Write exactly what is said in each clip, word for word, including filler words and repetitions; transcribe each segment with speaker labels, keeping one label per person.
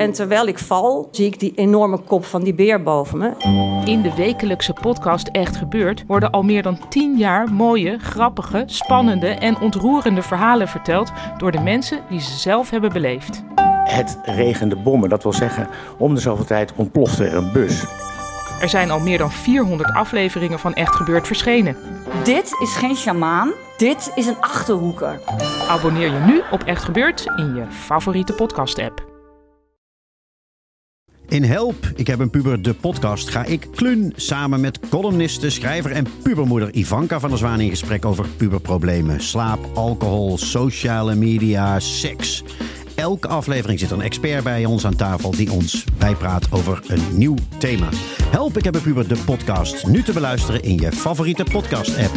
Speaker 1: En terwijl ik val, zie ik die enorme kop van die beer boven me.
Speaker 2: In de wekelijkse podcast Echt Gebeurd worden al meer dan tien jaar mooie, grappige, spannende en ontroerende verhalen verteld door de mensen die ze zelf hebben beleefd.
Speaker 3: Het regende bommen, dat wil zeggen, om de zoveel tijd ontplofte er een bus.
Speaker 2: Er zijn al meer dan vierhonderd afleveringen van Echt Gebeurd verschenen.
Speaker 4: Dit is geen sjamaan, dit is een Achterhoeker.
Speaker 2: Abonneer je nu op Echt Gebeurd in je favoriete podcast-app.
Speaker 5: In Help, ik heb een puber, de podcast, ga ik Kluun samen met columniste, schrijver en pubermoeder Ivanka van der Zwaan in gesprek over puberproblemen. Slaap, alcohol, sociale media, seks. Elke aflevering zit een expert bij ons aan tafel die ons bijpraat over een nieuw thema. Help, ik heb een puber, de podcast. Nu te beluisteren in je favoriete podcast-app.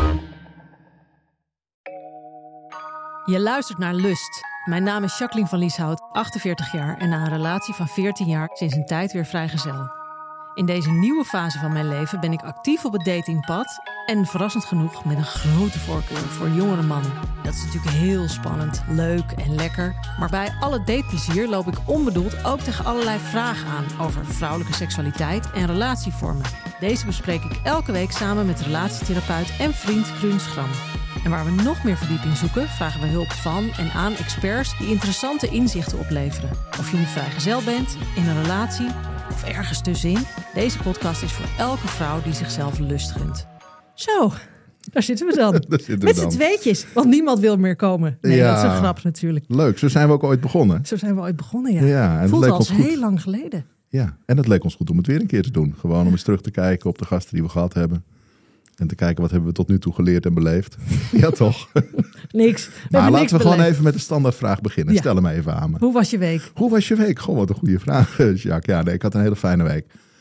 Speaker 6: Je luistert naar Lust. Mijn naam is Jacqueline van Lieshout, achtenveertig jaar en na een relatie van veertien jaar sinds een tijd weer vrijgezel. In deze nieuwe fase van mijn leven ben ik actief op het datingpad en verrassend genoeg met een grote voorkeur voor jongere mannen. Dat is natuurlijk heel spannend, leuk en lekker. Maar bij alle dateplezier loop ik onbedoeld ook tegen allerlei vragen aan over vrouwelijke seksualiteit en relatievormen. Deze bespreek ik elke week samen met relatietherapeut en vriend Kluun Schram. En waar we nog meer verdieping zoeken, vragen we hulp van en aan experts die interessante inzichten opleveren. Of je nu vrijgezel bent, in een relatie of ergens tussenin. Deze podcast is voor elke vrouw die zichzelf lust gunt. Zo, daar zitten we dan.
Speaker 7: Daar zitten we
Speaker 6: met
Speaker 7: dan.
Speaker 6: z'n tweetjes, want niemand wil meer komen. Nee,
Speaker 7: Ja.
Speaker 6: dat is een grap natuurlijk.
Speaker 7: Leuk, zo zijn we ook ooit begonnen.
Speaker 6: Zo zijn we ooit begonnen, ja.
Speaker 7: Ja, en het
Speaker 6: Voelt
Speaker 7: leek
Speaker 6: als
Speaker 7: ons goed.
Speaker 6: heel lang geleden.
Speaker 7: Ja, en het leek ons goed om het weer een keer te doen. Gewoon om eens terug te kijken op de gasten die we gehad hebben. En te kijken wat hebben we tot nu toe geleerd en beleefd. Ja, toch?
Speaker 6: Niks. We
Speaker 7: Maar
Speaker 6: hebben
Speaker 7: laten
Speaker 6: niks
Speaker 7: we gewoon
Speaker 6: beleefd.
Speaker 7: even met de standaardvraag beginnen.
Speaker 6: Ja.
Speaker 7: Stel hem even aan me.
Speaker 6: Hoe was je week?
Speaker 7: Hoe was je week? Goh, wat een goede vraag, Jacques. Ja, nee, ik had een hele fijne week.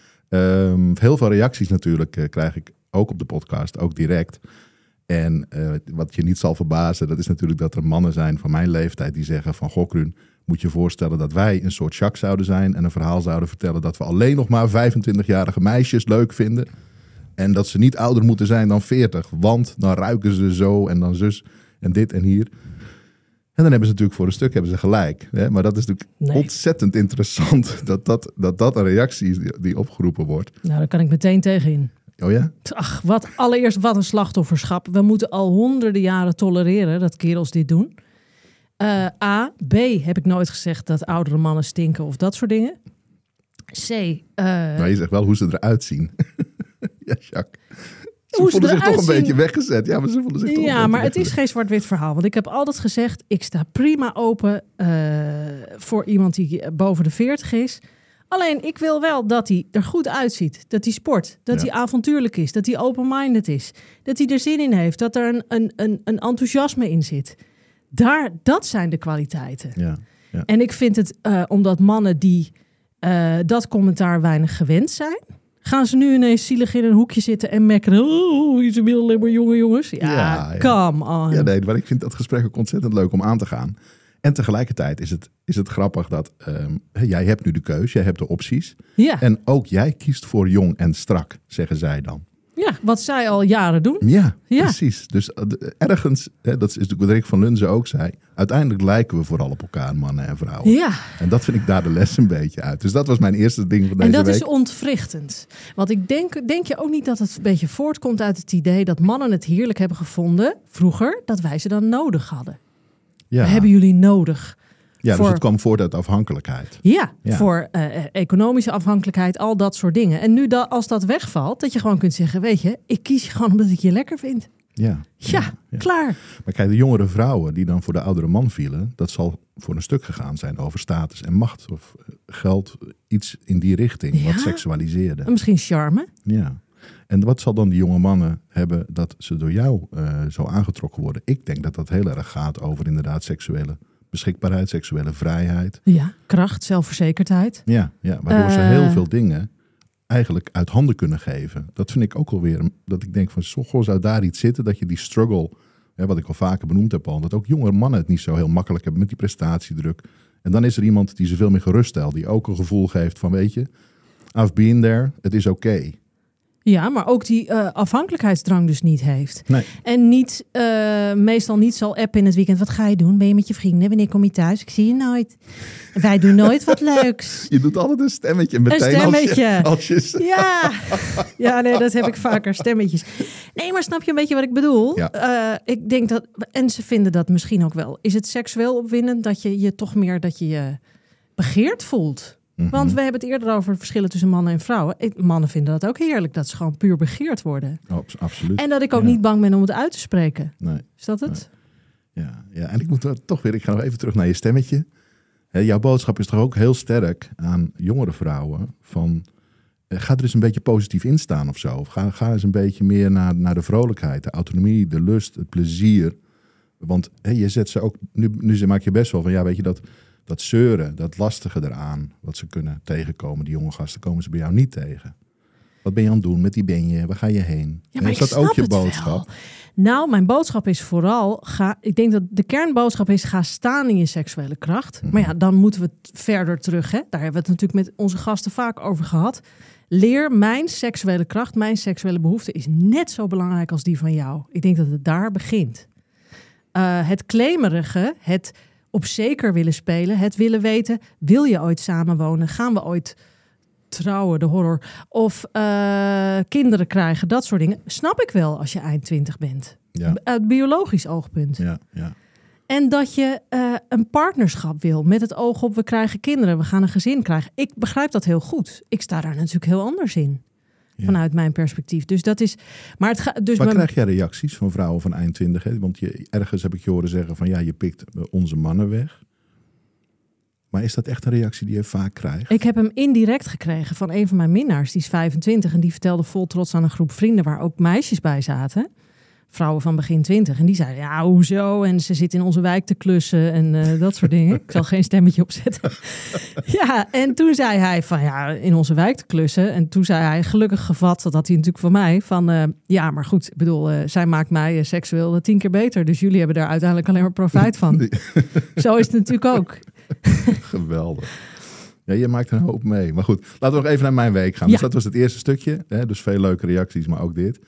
Speaker 7: Um, heel veel reacties natuurlijk uh, krijg ik ook op de podcast, ook direct. En uh, wat je niet zal verbazen, dat is natuurlijk dat er mannen zijn van mijn leeftijd die zeggen van... Goh, Kluun, moet je voorstellen dat wij een soort Jacques zouden zijn... en een verhaal zouden vertellen dat we alleen nog maar vijfentwintigjarige meisjes leuk vinden... en dat ze niet ouder moeten zijn dan veertig, want dan ruiken ze zo en dan zus en dit en hier... En dan hebben ze natuurlijk voor een stuk hebben ze gelijk. Hè? Maar dat is natuurlijk
Speaker 6: Nee.
Speaker 7: ontzettend interessant dat dat, dat dat een reactie is die, die opgeroepen wordt.
Speaker 6: Nou, daar kan ik meteen tegenin.
Speaker 7: Oh ja?
Speaker 6: Ach, wat allereerst wat een slachtofferschap. We moeten al honderden jaren tolereren dat kerels dit doen. Uh, A. B. Heb ik nooit gezegd dat oudere mannen stinken of dat soort dingen. C. Uh,
Speaker 7: Maar je zegt wel hoe ze eruit zien. Ja, Jacques. Ze
Speaker 6: Hoe ze
Speaker 7: voelen zich toch
Speaker 6: eruit
Speaker 7: een
Speaker 6: zien.
Speaker 7: beetje weggezet. Ja, maar ze voelen zich toch een
Speaker 6: ja,
Speaker 7: beetje
Speaker 6: maar het is
Speaker 7: weggezet.
Speaker 6: geen zwart-wit verhaal. Want ik heb altijd gezegd, ik sta prima open uh, voor iemand die boven de veertig is. Alleen, ik wil wel dat hij er goed uitziet. Dat hij sport. Dat
Speaker 7: Ja.
Speaker 6: hij avontuurlijk is. Dat hij open-minded is. Dat hij er zin in heeft. Dat er een, een, een, een enthousiasme in zit. Daar, dat zijn de kwaliteiten.
Speaker 7: Ja, ja.
Speaker 6: En ik vind het, uh, omdat mannen die uh, dat commentaar weinig gewend zijn... gaan ze nu ineens zielig in een hoekje zitten en mekkeren... oh, je zijn alleen maar jonge jongens. Ja,
Speaker 7: Ja, ja.
Speaker 6: come on.
Speaker 7: Ja, nee, maar ik vind dat gesprek ook ontzettend leuk om aan te gaan. En tegelijkertijd is het, is het grappig dat um, jij hebt nu de keus, jij hebt de opties.
Speaker 6: Ja.
Speaker 7: En ook jij kiest voor jong en strak, zeggen zij dan.
Speaker 6: ja, wat zij al jaren doen.
Speaker 7: Ja,
Speaker 6: Ja.
Speaker 7: precies. Dus uh, ergens, hè, dat is natuurlijk wat Rick van Lunze ook zei... uiteindelijk lijken we vooral op elkaar, mannen en vrouwen.
Speaker 6: Ja,
Speaker 7: En dat vind ik daar de les een beetje uit. Dus dat was mijn eerste ding van deze
Speaker 6: en dat
Speaker 7: week.
Speaker 6: is ontwrichtend. Want ik denk, denk je ook niet dat het een beetje voortkomt uit het idee... dat mannen het heerlijk hebben gevonden, vroeger, dat wij ze dan nodig hadden.
Speaker 7: Ja,
Speaker 6: We hebben jullie nodig.
Speaker 7: ja dus
Speaker 6: voor-
Speaker 7: het kwam voort uit afhankelijkheid.
Speaker 6: Ja,
Speaker 7: Ja.
Speaker 6: voor uh, economische afhankelijkheid, al dat soort dingen. En nu da- als dat wegvalt, dat je gewoon kunt zeggen... weet je, ik kies je gewoon omdat ik je lekker vind.
Speaker 7: Ja,
Speaker 6: Ja,
Speaker 7: ja.
Speaker 6: klaar.
Speaker 7: Maar kijk, de jongere vrouwen die dan voor de oudere man vielen... dat zal voor een stuk gegaan zijn over status en macht. Of eh, geld, iets in die richting,
Speaker 6: Ja.
Speaker 7: wat seksualiseerde.
Speaker 6: En misschien charme.
Speaker 7: Ja. En wat zal dan die jonge mannen hebben dat ze door jou uh, zo aangetrokken worden? Ik denk dat dat heel erg gaat over inderdaad seksuele beschikbaarheid, seksuele vrijheid.
Speaker 6: Ja, kracht, zelfverzekerdheid.
Speaker 7: Ja, ja waardoor ze
Speaker 6: Eh.
Speaker 7: heel veel dingen eigenlijk uit handen kunnen geven. Dat vind ik ook alweer, een- dat ik denk van, zo, goh, zou daar iets zitten dat je die struggle, hè, wat ik al vaker benoemd heb al, dat ook jongere mannen het niet zo heel makkelijk hebben met die prestatiedruk. En dan is er iemand die ze veel meer gerust stelt, die ook een gevoel geeft van, weet je, I've been there, het is oké.
Speaker 6: Ja, maar ook die uh, afhankelijkheidsdrang dus niet heeft.
Speaker 7: Nee.
Speaker 6: En niet, uh, meestal niet zal appen in het weekend. Wat ga je doen? Ben je met je vrienden? Wanneer kom je thuis? Ik zie je nooit. Wij doen nooit wat leuks.
Speaker 7: Je doet altijd een stemmetje. Meteen
Speaker 6: een stemmetje.
Speaker 7: Als je, als je...
Speaker 6: Ja. ja, nee, dat heb ik vaker. Stemmetjes. Nee, maar snap je een beetje wat ik bedoel?
Speaker 7: Ja.
Speaker 6: Uh, ik denk dat, en ze vinden dat misschien ook wel. Is het seksueel opwindend dat je je toch meer dat je je begeerd voelt? Mm-hmm. Want we hebben het eerder over verschillen tussen mannen en vrouwen. Ik, mannen vinden dat ook heerlijk, dat ze gewoon puur begeerd worden.
Speaker 7: Oh, absoluut.
Speaker 6: En dat ik ook
Speaker 7: ja.
Speaker 6: niet bang ben om het uit te spreken.
Speaker 7: Nee.
Speaker 6: Is dat het?
Speaker 7: Nee. Ja, ja, en ik moet er toch weer, ik ga nog even terug naar je stemmetje. He, jouw boodschap is toch ook heel sterk aan jongere vrouwen. Van, eh, ga er eens een beetje positief in staan of zo. Of ga, ga eens een beetje meer naar, naar de vrolijkheid, de autonomie, de lust, het plezier. Want he, je zet ze ook, nu, nu maak je best wel van, ja, weet je, dat... Dat zeuren, dat lastige eraan, wat ze kunnen tegenkomen. Die jonge gasten komen ze bij jou niet tegen. Wat ben je aan het doen? Met die ben je? Waar ga je heen?
Speaker 6: Ja, maar
Speaker 7: is dat ook je boodschap?
Speaker 6: Wel. Nou, mijn boodschap is vooral... Ga, ik denk dat de kernboodschap is... ga staan in je seksuele kracht. Mm. Maar ja, dan moeten we verder terug. Hè? Daar hebben we het natuurlijk met onze gasten vaak over gehad. Leer mijn seksuele kracht, mijn seksuele behoefte... is net zo belangrijk als die van jou. Ik denk dat het daar begint. Uh, het claimerige, het... op zeker willen spelen, het willen weten, wil je ooit samenwonen? Gaan we ooit trouwen, de horror? Of uh, kinderen krijgen, dat soort dingen. Snap ik wel als je eind twintig bent.
Speaker 7: Ja.
Speaker 6: Uit biologisch oogpunt.
Speaker 7: Ja, ja.
Speaker 6: En dat je uh, een partnerschap wil, met het oog op we krijgen kinderen, we gaan een gezin krijgen. Ik begrijp dat heel goed. Ik sta daar natuurlijk heel anders in. Ja. Vanuit mijn perspectief. Dus dat is. Maar het gaat. Dus
Speaker 7: Waar
Speaker 6: mijn...
Speaker 7: krijg jij reacties van vrouwen van eind twintig? Hè? Want je, ergens heb ik je horen zeggen van ja, je pikt onze mannen weg. Maar is dat echt een reactie die je vaak krijgt?
Speaker 6: Ik heb hem indirect gekregen van een van mijn minnaars. Die is vijfentwintig en die vertelde vol trots aan een groep vrienden waar ook meisjes bij zaten. Vrouwen van begin twintig. En die zeiden, ja, hoezo? En ze zit in onze wijk te klussen en uh, dat soort dingen. Ik zal geen stemmetje opzetten. Ja, en toen zei hij van, ja, in onze wijk te klussen. En toen zei hij, gelukkig gevat, dat had hij natuurlijk van mij, van, uh, ja, maar goed, ik bedoel, uh, zij maakt mij uh, seksueel uh, tien keer beter. Dus jullie hebben daar uiteindelijk alleen maar profijt van. Zo is het natuurlijk ook.
Speaker 7: Geweldig. Ja, je maakt een hoop mee. Maar goed, laten we nog even naar mijn week gaan. Ja. Dus dat was het eerste stukje. Hè? Dus veel leuke reacties, maar ook dit.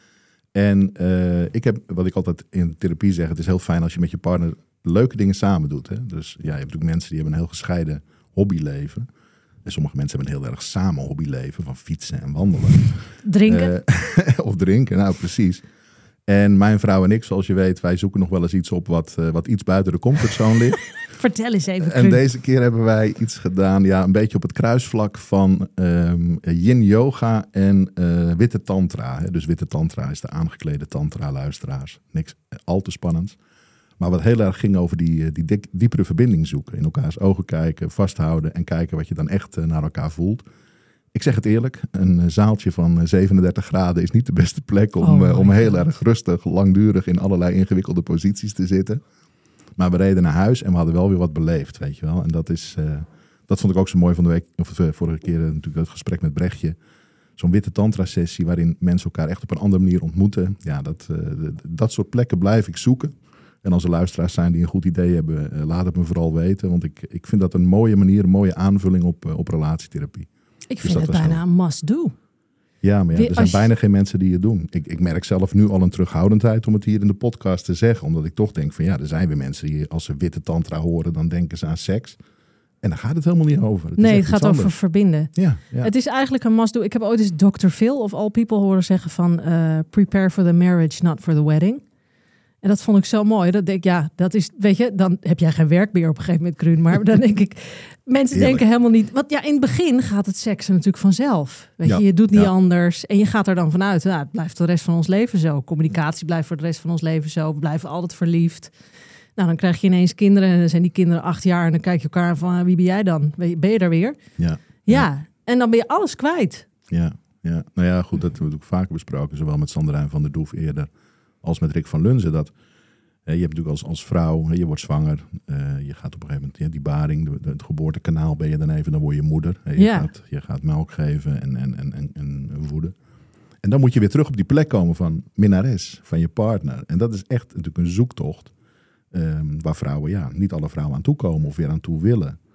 Speaker 7: En uh, ik heb, wat ik altijd in therapie zeg, het is heel fijn als je met je partner leuke dingen samen doet. Hè? Dus ja, je hebt natuurlijk mensen die hebben een heel gescheiden hobbyleven. En sommige mensen hebben een heel erg samen hobbyleven, van fietsen en wandelen.
Speaker 6: Drinken.
Speaker 7: Uh, of drinken, nou precies. En mijn vrouw en ik, zoals je weet, wij zoeken nog wel eens iets op wat, uh, wat iets buiten de comfortzone ligt.
Speaker 6: Vertel eens even.
Speaker 7: En deze keer hebben wij iets gedaan, ja, een beetje op het kruisvlak van um, yin yoga en uh, witte tantra. Hè. Dus witte tantra is de aangeklede tantra, luisteraars. Niks al te spannends. Maar wat heel erg ging over die, die dik, diepere verbinding zoeken. In elkaars ogen kijken, vasthouden en kijken wat je dan echt uh, naar elkaar voelt. Ik zeg het eerlijk, een zaaltje van zevenendertig graden is niet de beste plek om, oh uh, om heel erg rustig, langdurig in allerlei ingewikkelde posities te zitten. Maar we reden naar huis en we hadden wel weer wat beleefd, weet je wel. En dat is, uh, dat vond ik ook zo mooi van de week, of uh, vorige keer uh, natuurlijk het gesprek met Brechtje. Zo'n witte tantra-sessie waarin mensen elkaar echt op een andere manier ontmoeten. Ja, dat, uh, dat soort plekken blijf ik zoeken. En als er luisteraars zijn die een goed idee hebben, uh, laat het me vooral weten. Want ik, ik vind dat een mooie manier, een mooie aanvulling op, uh, op relatietherapie.
Speaker 6: Ik vind dus het bijna een must-do.
Speaker 7: Ja, maar ja, er zijn je... bijna geen mensen die het doen. Ik, ik merk zelf nu al een terughoudendheid om het hier in de podcast te zeggen. Omdat ik toch denk van ja, er zijn weer mensen die als ze witte tantra horen, dan denken ze aan seks. En daar gaat het helemaal niet over. Het
Speaker 6: nee, het gaat over verbinden.
Speaker 7: Ja, ja.
Speaker 6: Het is eigenlijk een must-do. Ik heb ooit eens dokter Phil of all people horen zeggen van uh, prepare for the marriage, not for the wedding. En dat vond ik zo mooi. Dat denk ik, ja, dat is, weet je, dan heb jij geen werk meer op een gegeven moment, Kruun. Maar dan denk ik, mensen Eerlijk. denken helemaal niet. Want ja, in het begin gaat het seksen natuurlijk vanzelf. Weet ja, je, je doet niet ja. anders. En je gaat er dan vanuit, nou, het blijft de rest van ons leven zo. Communicatie blijft voor de rest van ons leven zo. We blijven altijd verliefd. Nou, dan krijg je ineens kinderen en dan zijn die kinderen acht jaar. En dan kijk je elkaar van, wie ben jij dan? Ben je daar weer?
Speaker 7: Ja.
Speaker 6: Ja, ja. En dan ben je alles kwijt.
Speaker 7: Ja, ja. Nou ja, goed, dat hebben we ook vaker besproken. Zowel met Sanderijn van der Doef eerder als met Rick van Lunzen. Dat je hebt natuurlijk als, als vrouw, je wordt zwanger. Uh, je gaat op een gegeven moment, ja, die baring, de, de, het geboortekanaal ben je dan even, dan word je moeder. Je,
Speaker 6: ja.
Speaker 7: gaat, je gaat melk geven en, en, en, en, en voeden. En dan moet je weer terug op die plek komen van minnares, van je partner. En dat is echt natuurlijk een zoektocht. Um, waar vrouwen, ja, niet alle vrouwen aan toe komen of weer aan toe willen.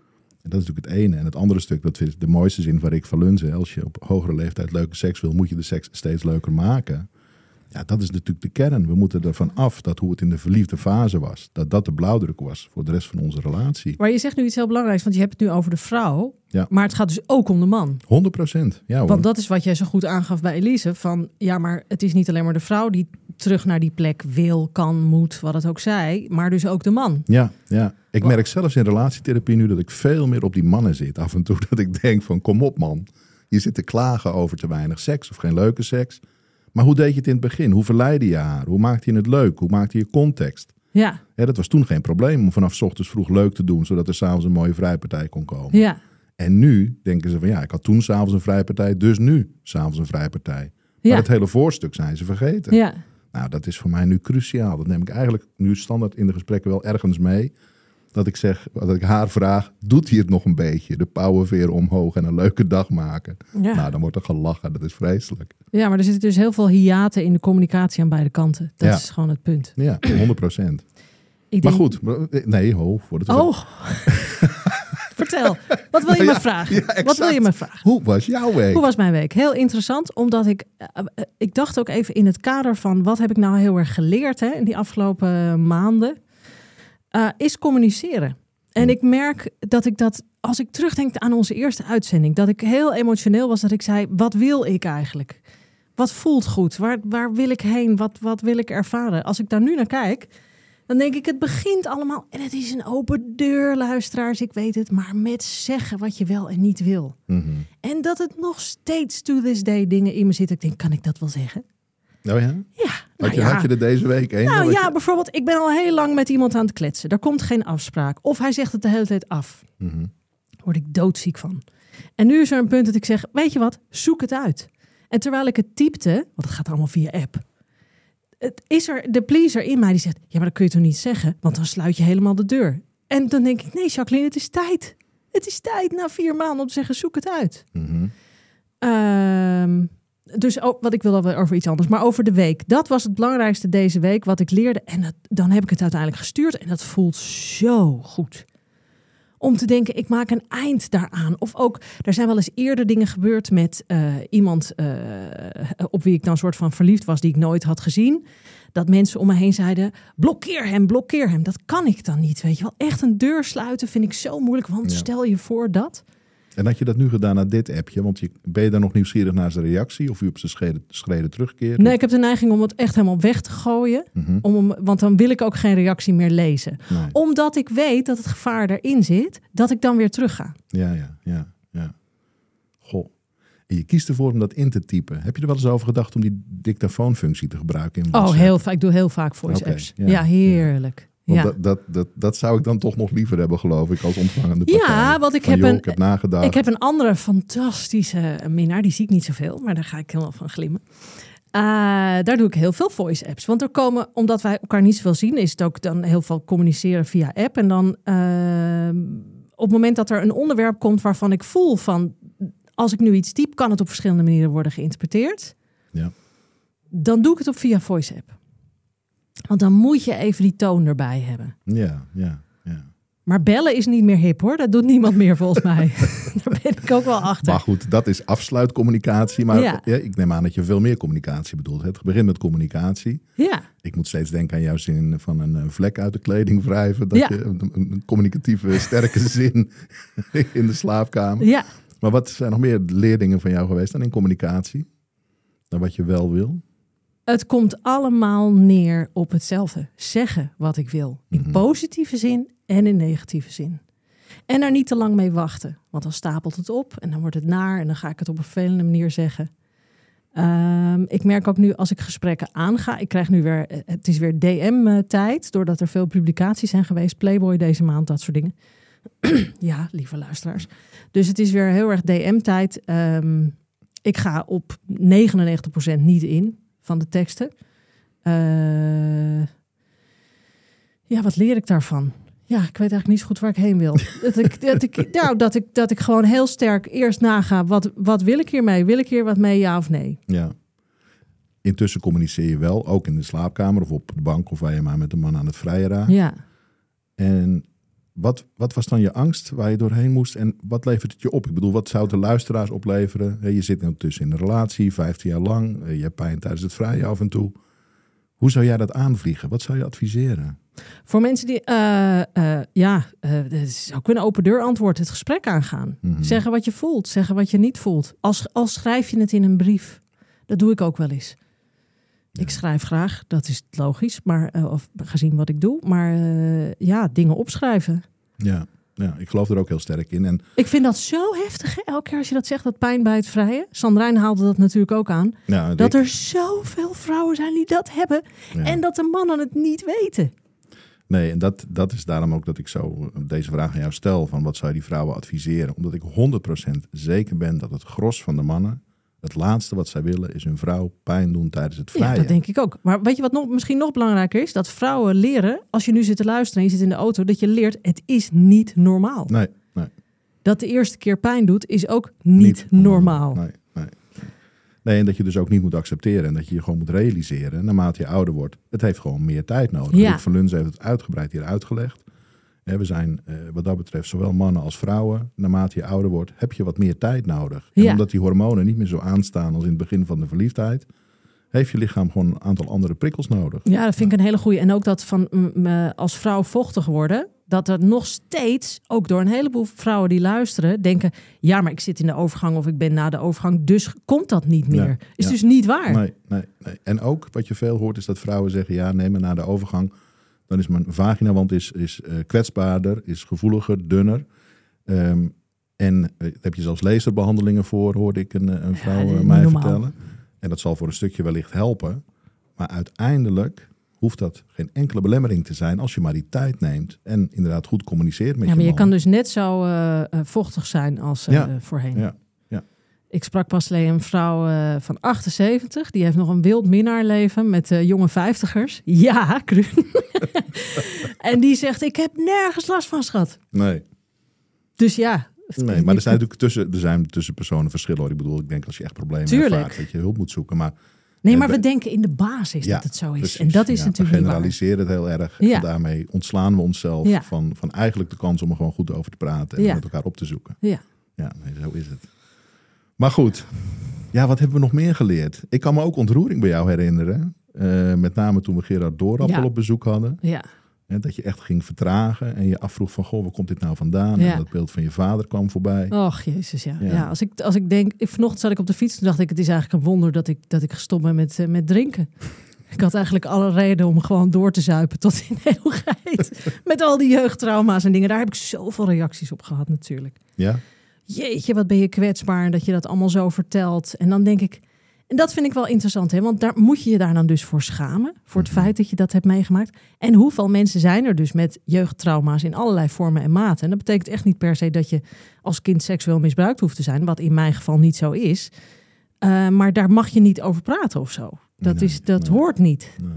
Speaker 7: En dat is natuurlijk het ene. En het andere stuk, dat vind ik de mooiste zin van Rick van Lunzen. Als je op hogere leeftijd leuke seks wil, moet je de seks steeds leuker maken. Ja, dat is natuurlijk de kern. We moeten ervan af dat hoe het in de verliefde fase was, dat dat de blauwdruk was voor de rest van onze relatie.
Speaker 6: Maar je zegt nu iets heel belangrijks, want je hebt het nu over de vrouw.
Speaker 7: Ja.
Speaker 6: Maar het gaat dus ook om de man.
Speaker 7: honderd procent. Ja, hoor.
Speaker 6: Want dat is wat jij zo goed aangaf bij Elise. Van ja, maar het is niet alleen maar de vrouw die terug naar die plek wil, kan, moet, wat het ook zij. Maar dus ook de man.
Speaker 7: Ja, ja. Ik merk zelfs in relatietherapie nu dat ik veel meer op die mannen zit. Af en toe dat ik denk van kom op man. Je zit te klagen over te weinig seks of geen leuke seks. Maar hoe deed je het in het begin? Hoe verleidde je haar? Hoe maakte je het leuk? Hoe maakte je context?
Speaker 6: Ja.
Speaker 7: Ja, dat was toen geen probleem om vanaf 's ochtends vroeg leuk te doen, zodat er s'avonds een mooie vrijpartij kon komen.
Speaker 6: Ja.
Speaker 7: En nu denken ze van ja, ik had toen s'avonds een vrijpartij, dus nu s'avonds een vrijpartij.
Speaker 6: Ja.
Speaker 7: Maar het hele voorstuk zijn ze vergeten.
Speaker 6: Ja.
Speaker 7: Nou, dat is voor mij nu cruciaal. Dat neem ik eigenlijk nu standaard in de gesprekken wel ergens mee. Dat ik zeg, dat ik haar vraag, doet hij het nog een beetje? De pauwen weer omhoog en een leuke dag maken.
Speaker 6: Ja.
Speaker 7: Nou, dan wordt er gelachen. Dat is vreselijk.
Speaker 6: Ja, maar er zitten dus heel veel hiaten in de communicatie aan beide kanten. Dat
Speaker 7: Ja.
Speaker 6: is gewoon het punt.
Speaker 7: Ja, honderd procent.
Speaker 6: Ik
Speaker 7: Maar
Speaker 6: denk-
Speaker 7: goed, nee, ho. Voor het
Speaker 6: Oh, vertel. Wat wil je
Speaker 7: Nou
Speaker 6: me
Speaker 7: ja,
Speaker 6: vragen?
Speaker 7: ja,
Speaker 6: Wat
Speaker 7: exact.
Speaker 6: wil je me vragen?
Speaker 7: Hoe was jouw week?
Speaker 6: Hoe was mijn week? Heel interessant, omdat ik... Uh, uh, ik dacht ook even in het kader van... wat heb ik nou heel erg geleerd hè, in die afgelopen maanden? Uh, is communiceren. En ik merk dat ik dat... Als ik terugdenk aan onze eerste uitzending... dat ik heel emotioneel was dat ik zei... wat wil ik eigenlijk? Wat voelt goed? Waar, waar wil ik heen? Wat, wat wil ik ervaren? Als ik daar nu naar kijk... dan denk ik, het begint allemaal... en het is een open deur, luisteraars, ik weet het... maar met zeggen wat je wel en niet wil.
Speaker 7: Mm-hmm.
Speaker 6: En dat het nog steeds to this day dingen in me zitten. Ik denk, kan ik dat wel zeggen?
Speaker 7: Oh ja?
Speaker 6: Ja.
Speaker 7: Had
Speaker 6: nou
Speaker 7: je,
Speaker 6: ja.
Speaker 7: had je er deze week een?
Speaker 6: Nou
Speaker 7: Dat
Speaker 6: ja,
Speaker 7: je-
Speaker 6: bijvoorbeeld, ik ben al heel lang met iemand aan het kletsen. Er komt geen afspraak. Of hij zegt het de hele tijd af.
Speaker 7: Mhm.
Speaker 6: Daar word ik doodziek van. En nu is er een punt dat ik zeg, weet je wat, zoek het uit. En terwijl ik het typte, want het gaat allemaal via app... Het is er de pleaser in mij die zegt... ja, maar dat kun je toch niet zeggen? Want dan sluit je helemaal de deur. En dan denk ik, nee Jacqueline, het is tijd. Het is tijd na vier maanden om te zeggen, zoek het uit.
Speaker 7: Mhm.
Speaker 6: Ehm, dus oh, wat ik wil alweer over iets anders. Maar over de week. Dat was het belangrijkste deze week wat ik leerde. En dat, dan heb ik het uiteindelijk gestuurd. En dat voelt zo goed. Om te denken, ik maak een eind daaraan. Of ook, er zijn wel eens eerder dingen gebeurd met uh, iemand uh, op wie ik dan een soort van verliefd was, die ik nooit had gezien. Dat mensen om me heen zeiden, blokkeer hem, blokkeer hem. Dat kan ik dan niet, weet je wel. Echt een deur sluiten vind ik zo moeilijk, want
Speaker 7: Ja.
Speaker 6: stel je voor dat.
Speaker 7: En had je dat nu gedaan naar dit appje? Want je, ben je daar nog nieuwsgierig naar zijn reactie? Of u op zijn schreden, schreden terugkeert?
Speaker 6: Nee, ik heb de neiging om het echt helemaal weg te gooien.
Speaker 7: Mhm.
Speaker 6: Om, om, want dan wil ik ook geen reactie meer lezen.
Speaker 7: Nee.
Speaker 6: Omdat ik weet dat het gevaar erin zit, dat ik dan weer terug ga.
Speaker 7: Ja, ja, ja, ja. Goh. En je kiest ervoor om dat in te typen. Heb je er wel eens over gedacht om die dictafoonfunctie te gebruiken in
Speaker 6: Oh,
Speaker 7: WhatsApp?
Speaker 6: heel vaak. Ik doe heel vaak voice
Speaker 7: Oké,
Speaker 6: apps.
Speaker 7: ja,
Speaker 6: Ja, heerlijk.
Speaker 7: Want
Speaker 6: Ja.
Speaker 7: dat, dat, dat, dat zou ik dan toch nog liever hebben, geloof ik, als ontvangende partij.
Speaker 6: Ja, want ik
Speaker 7: Van,
Speaker 6: heb
Speaker 7: joh,
Speaker 6: een-
Speaker 7: ik heb nagedacht.
Speaker 6: Ik heb een andere fantastische minnaar, die zie ik niet zoveel, maar daar ga ik helemaal van glimmen. Uh, daar doe ik heel veel voice apps. Want er komen, omdat wij elkaar niet zoveel zien, is het ook dan heel veel communiceren via app. En dan uh, op het moment dat er een onderwerp komt waarvan ik voel van, als ik nu iets typ, kan het op verschillende manieren worden geïnterpreteerd.
Speaker 7: Ja.
Speaker 6: Dan doe ik het op via voice app. Want dan moet je even die toon erbij hebben.
Speaker 7: Ja, ja, ja.
Speaker 6: Maar bellen is niet meer hip hoor. Dat doet niemand meer volgens mij. Daar ben ik ook wel achter.
Speaker 7: Maar goed, dat is afsluitcommunicatie. Maar
Speaker 6: Ja.
Speaker 7: ja, ik neem aan dat je veel meer communicatie bedoelt. Het begint met communicatie.
Speaker 6: Ja.
Speaker 7: Ik moet steeds denken aan jouw zin van een eh, vlek uit de kleding wrijven. Dat
Speaker 6: Ja.
Speaker 7: je een, een communicatieve, sterke zin in de slaapkamer.
Speaker 6: Ja.
Speaker 7: Maar wat zijn nog meer leerdingen van jou geweest dan in communicatie? Dan wat je wel wil?
Speaker 6: Het komt allemaal neer op hetzelfde. Zeggen wat ik wil. In
Speaker 7: Mhm.
Speaker 6: positieve zin en in negatieve zin. En daar niet te lang mee wachten. Want dan stapelt het op en dan wordt het naar. En dan ga ik het op een vervelende manier zeggen. Um, ik merk ook nu als ik gesprekken aanga. Ik krijg nu weer, het is weer D M-tijd. Doordat er veel publicaties zijn geweest. Playboy deze maand, dat soort dingen. Ja, lieve luisteraars. Dus het is weer heel erg D M-tijd. Um, ik ga op negenennegentig procent niet in van de teksten. Uh, ja, wat leer ik daarvan? Ja, ik weet eigenlijk niet zo goed waar ik heen wil. dat, ik, dat, ik, nou, dat, ik, dat ik gewoon heel sterk eerst naga. Wat, wat wil ik hiermee? Wil ik hier wat mee, ja of nee?
Speaker 7: Ja. Intussen communiceer je wel, ook in de slaapkamer of op de bank of waar je maar met een man aan het vrijen raakt.
Speaker 6: Ja.
Speaker 7: En wat, wat was dan je angst waar je doorheen moest en wat levert het je op? Ik bedoel, wat zou het de luisteraars opleveren? Je zit ondertussen in een relatie, vijftien jaar lang. Je hebt pijn tijdens het vrije af en toe. Hoe zou jij dat aanvliegen? Wat zou je adviseren?
Speaker 6: Voor mensen die, uh, uh, ja, uh, het is ook een open deur antwoord. Het gesprek aangaan. Mm-hmm. Zeggen wat je voelt, zeggen wat je niet voelt. Als, als schrijf je het in een brief. Dat doe ik ook wel eens. Ja. Ik schrijf graag, dat is logisch, maar uh, of gezien wat ik doe. Maar uh, ja, dingen opschrijven.
Speaker 7: Ja, ja, ik geloof er ook heel sterk in. En
Speaker 6: ik vind dat zo heftig, hè? Elke keer als je dat zegt, dat pijn bij het vrije. Sandrijn haalde dat natuurlijk ook aan. Ja, dat ik... er zoveel vrouwen zijn die dat hebben. Ja. En dat de mannen het niet weten.
Speaker 7: Nee, en dat, dat is daarom ook dat ik zo deze vraag aan jou stel. Van wat zou je die vrouwen adviseren? Omdat ik honderd procent zeker ben dat het gros van de mannen... het laatste wat zij willen is hun vrouw pijn doen tijdens het vrije.
Speaker 6: Ja, dat denk ik ook. Maar weet je wat nog, misschien nog belangrijker is? Dat vrouwen leren, als je nu zit te luisteren en je zit in de auto... dat je leert, het is niet normaal.
Speaker 7: Nee, nee.
Speaker 6: Dat de eerste keer pijn doet, is ook niet, niet normaal.
Speaker 7: Nee, nee. Nee, en dat je dus ook niet moet accepteren. En dat je je gewoon moet realiseren, naarmate je ouder wordt. Het heeft gewoon meer tijd nodig. Ja. Rick van Luns heeft het uitgebreid hier uitgelegd. We zijn eh, wat dat betreft zowel mannen als vrouwen. Naarmate je ouder wordt, heb je wat meer tijd nodig. Ja. En omdat die hormonen niet meer zo aanstaan als in het begin van de verliefdheid... heeft je lichaam gewoon een aantal andere prikkels nodig.
Speaker 6: Ja, dat vind ik een hele goeie. En ook dat van m, als vrouw vochtig worden... dat er nog steeds, ook door een heleboel vrouwen die luisteren... denken, ja, maar ik zit in de overgang of ik ben na de overgang... dus komt dat niet meer. Ja, is ja. dus niet waar.
Speaker 7: Nee, nee, nee. En ook wat je veel hoort is dat vrouwen zeggen... ja, nee, maar na de overgang... dan is mijn vaginawand is, is uh, kwetsbaarder, is gevoeliger, dunner. Um, en uh, daar heb je zelfs laserbehandelingen voor, hoorde ik een, een vrouw ja, mij normaal. vertellen. En dat zal voor een stukje wellicht helpen. Maar uiteindelijk hoeft dat geen enkele belemmering te zijn... als je maar die tijd neemt en inderdaad goed communiceert met
Speaker 6: ja,
Speaker 7: je
Speaker 6: maar
Speaker 7: man.
Speaker 6: Je kan dus net zo uh, vochtig zijn als uh, ja, voorheen.
Speaker 7: Ja, ja.
Speaker 6: Ik sprak pas alleen een vrouw uh, van achtenzeventig. Die heeft nog een wild minnaarleven met uh, jonge vijftigers. Ja, Kruun. En die zegt, ik heb nergens last van, schat.
Speaker 7: Nee.
Speaker 6: Dus ja.
Speaker 7: Nee, maar er zijn natuurlijk tussen, er zijn tussen personen verschillen. Hoor. Ik bedoel, ik denk als je echt problemen
Speaker 6: Tuurlijk.
Speaker 7: ervaart, dat je hulp moet zoeken. Maar,
Speaker 6: nee, maar we denken in de basis ja, dat het zo is. Precies. En dat is
Speaker 7: ja,
Speaker 6: natuurlijk
Speaker 7: we generaliseren het heel erg. Ja. En daarmee ontslaan we onszelf ja. van, van eigenlijk de kans om er gewoon goed over te praten. En ja. met elkaar op te zoeken.
Speaker 6: Ja,
Speaker 7: ja nee, zo is het. Maar goed, ja, wat hebben we nog meer geleerd? Ik kan me ook ontroering bij jou herinneren. Uh, met name toen we Gerard Doorappel ja. op bezoek hadden.
Speaker 6: Ja.
Speaker 7: En dat je echt ging vertragen en je afvroeg van... goh, waar komt dit nou vandaan? Ja. En dat beeld van je vader kwam voorbij.
Speaker 6: Och, jezus, ja. ja. ja als, ik, als ik denk... Vanochtend zat ik op de fiets en dacht ik... het is eigenlijk een wonder dat ik, dat ik gestopt ben met, uh, met drinken. Ik had eigenlijk alle reden om gewoon door te zuipen tot in eeuwigheid. Met al die jeugdtrauma's en dingen. Daar heb ik zoveel reacties op gehad natuurlijk.
Speaker 7: Ja?
Speaker 6: Jeetje, wat ben je kwetsbaar dat je dat allemaal zo vertelt. En dan denk ik... En dat vind ik wel interessant, hè? Want daar moet je je daar dan dus voor schamen. Voor het feit dat je dat hebt meegemaakt. En hoeveel mensen zijn er dus met jeugdtrauma's in allerlei vormen en maten. En dat betekent echt niet per se dat je als kind seksueel misbruikt hoeft te zijn. Wat in mijn geval niet zo is. Uh, maar daar mag je niet over praten of zo. Dat, nee, is, dat nee. hoort niet.
Speaker 7: Nee.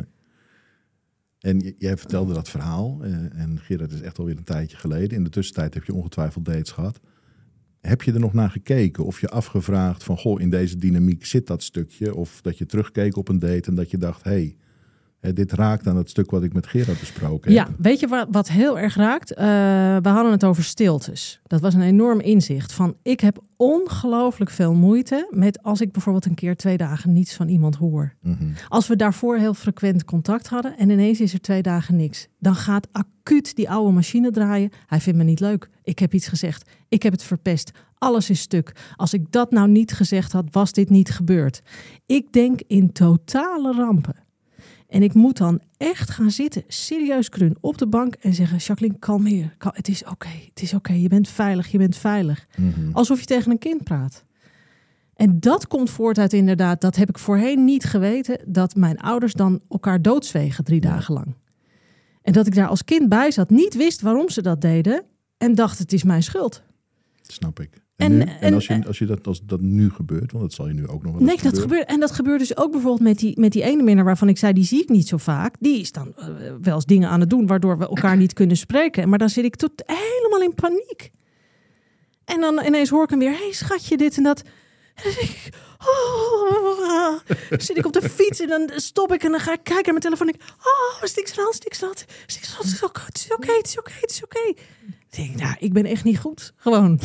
Speaker 7: En j- jij vertelde dat verhaal. Uh, en Gerard is echt alweer een tijdje geleden. In de tussentijd heb je ongetwijfeld dates gehad. Heb je er nog naar gekeken of je afgevraagd van... goh, in deze dynamiek zit dat stukje? Of dat je terugkeek op een date en dat je dacht... hé, hey, dit raakt aan het stuk wat ik met Gerard besproken
Speaker 6: ja,
Speaker 7: heb.
Speaker 6: Weet je wat, wat heel erg raakt? Uh, we hadden het over stiltes. Dat was een enorm inzicht van... ik heb ongelooflijk veel moeite met... als ik bijvoorbeeld een keer twee dagen niets van iemand hoor. Mm-hmm. Als we daarvoor heel frequent contact hadden... en ineens is er twee dagen niks... dan gaat acuut die oude machine draaien. Hij vindt me niet leuk. Ik heb iets gezegd. Ik heb het verpest. Alles is stuk. Als ik dat nou niet gezegd had, was dit niet gebeurd. Ik denk in totale rampen. En ik moet dan echt gaan zitten, serieus Kruun, op de bank en zeggen... Jacqueline, kalmeer. Kal- het is oké, okay, het is oké. Okay. Je bent veilig, je bent veilig. Mm-hmm. Alsof je tegen een kind praat. En dat komt voort uit inderdaad, dat heb ik voorheen niet geweten... dat mijn ouders dan elkaar doodzwegen drie ja. dagen lang. En dat ik daar als kind bij zat, niet wist waarom ze dat deden... en dacht, het is mijn schuld.
Speaker 7: Snap ik. En, en, nu, en, en als, je, als, je dat, als dat nu gebeurt, want dat zal je nu ook nog wel eens
Speaker 6: nee, dat gebeurt. En dat gebeurt dus ook bijvoorbeeld met die, met die ene minnaar waarvan ik zei, die zie ik niet zo vaak. Die is dan uh, wel eens dingen aan het doen waardoor we elkaar niet kunnen spreken. Maar dan zit ik tot helemaal in paniek. En dan ineens hoor ik hem weer, hé hey, schatje, dit en dat. En dan denk ik, oh, ah, zit ik op de fiets en dan stop ik en dan ga ik kijken naar mijn telefoon en ik, oh, is niks aan de hand, is niks aan de hand, is niks aan de hand, het is oké, het is oké, het is oké, het is oké. Dan denk ik, nou, ik ben echt niet goed, gewoon.